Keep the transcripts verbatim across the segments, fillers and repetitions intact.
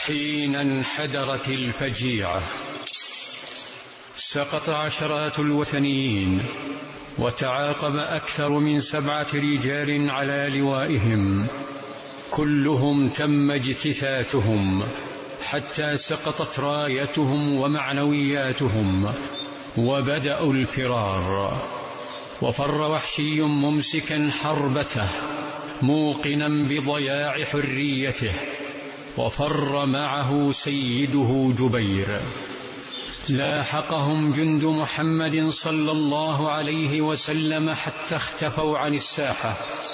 حين انحدرت الفجيعة سقط عشرات الوثنيين، وتعاقب أكثر من سبعة رجال على لوائهم، كلهم تم اجتثاثهم حتى سقطت رايتهم ومعنوياتهم، وبدأوا الفرار. وفر وحشي ممسكا حربته موقنا بضياع حريته، وفر معه سيده جبير. لاحقهم جند محمد صلى الله عليه وسلم حتى اختفوا عن الساحة،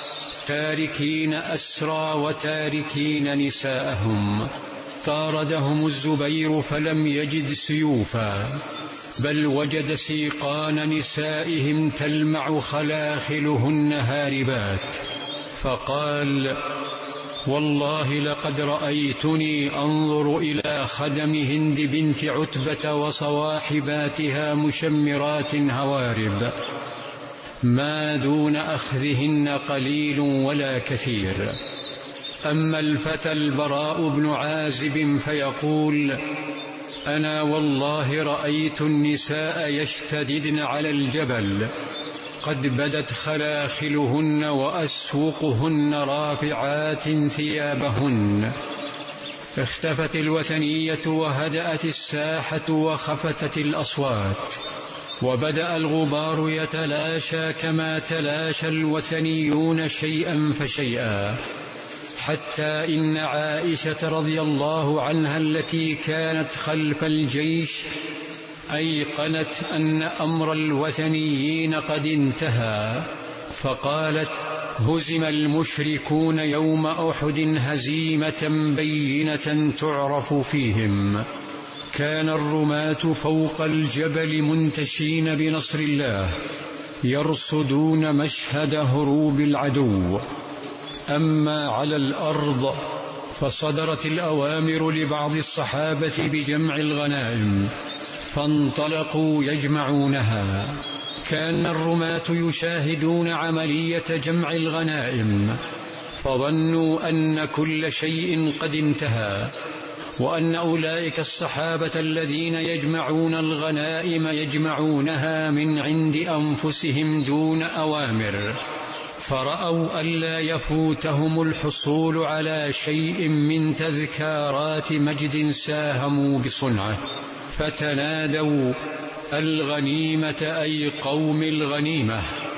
تاركين أسرى وتاركين نساءهم. طاردهم الزبير فلم يجد سيوفا، بل وجد سيقان نسائهم تلمع خلاخلهن هاربات، فقال: والله لقد رأيتني أنظر إلى خدم هند بنت عتبة وصواحباتها مشمرات هوارب، ما دون أخذهن قليل ولا كثير. أما الفتى البراء بن عازب فيقول: أنا والله رأيت النساء يشتددن على الجبل، قد بدت خلاخلهن وأسوقهن رافعات ثيابهن. اختفت الوثنية وهدأت الساحة وخفتت الأصوات، وبدأ الغبار يتلاشى كما تلاشى الوثنيون شيئا فشيئا، حتى إن عائشة رضي الله عنها التي كانت خلف الجيش أيقنت أن أمر الوثنيين قد انتهى، فقالت: هزم المشركون يوم أحد هزيمة بينة تعرف فيهم. كان الرماة فوق الجبل منتشين بنصر الله يرصدون مشهد هروب العدو. أما على الأرض فصدرت الأوامر لبعض الصحابة بجمع الغنائم، فانطلقوا يجمعونها. كان الرماة يشاهدون عملية جمع الغنائم، فظنوا أن كل شيء قد انتهى، وأن أولئك الصحابة الذين يجمعون الغنائم يجمعونها من عند أنفسهم دون أوامر، فرأوا ألا يفوتهم الحصول على شيء من تذكارات مجد ساهموا بصنعه، فتنادوا: الغنيمة أي قوم الغنيمة،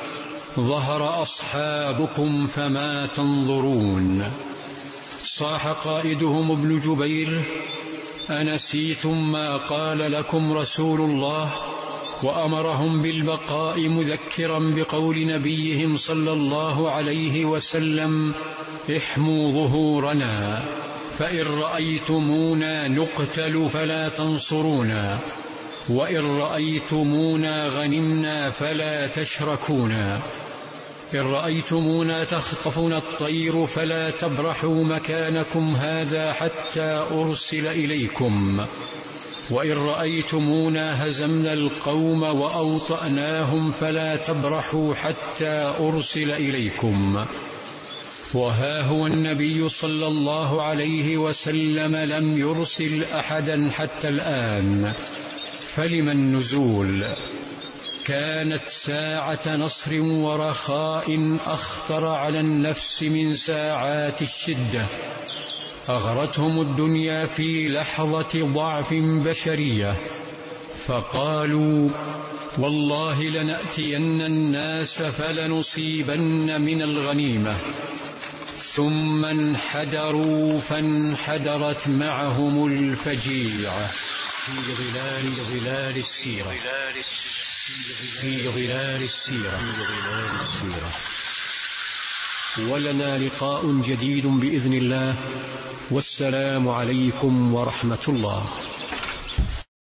ظهر أصحابكم فما تنظرون. صاح قائدهم ابن جبير: أنسيتم ما قال لكم رسول الله؟ وأمرهم بالبقاء مذكرا بقول نبيهم صلى الله عليه وسلم: احموا ظهورنا، فإن رأيتمونا نقتل فلا تنصرونا، وإن رأيتمونا غنمنا فلا تشركونا، إن رأيتمونا تخطفنا الطير فلا تبرحوا مكانكم هذا حتى أرسل إليكم، وإن رأيتمونا هزمنا القوم وأوطأناهم فلا تبرحوا حتى أرسل إليكم. وها هو النبي صلى الله عليه وسلم لم يرسل أحدا حتى الآن، فلم النزول؟ كانت ساعة نصر ورخاء أخطر على النفس من ساعات الشدة. أغرتهم الدنيا في لحظة ضعف بشرية، فقالوا: والله لنأتين الناس فلنصيبن من الغنيمة. ثم انحدروا فانحدرت معهم الفجيعة في ظلال ظلال السيرة في ظلال السيرة ولنا لقاء جديد بإذن الله، والسلام عليكم ورحمة الله.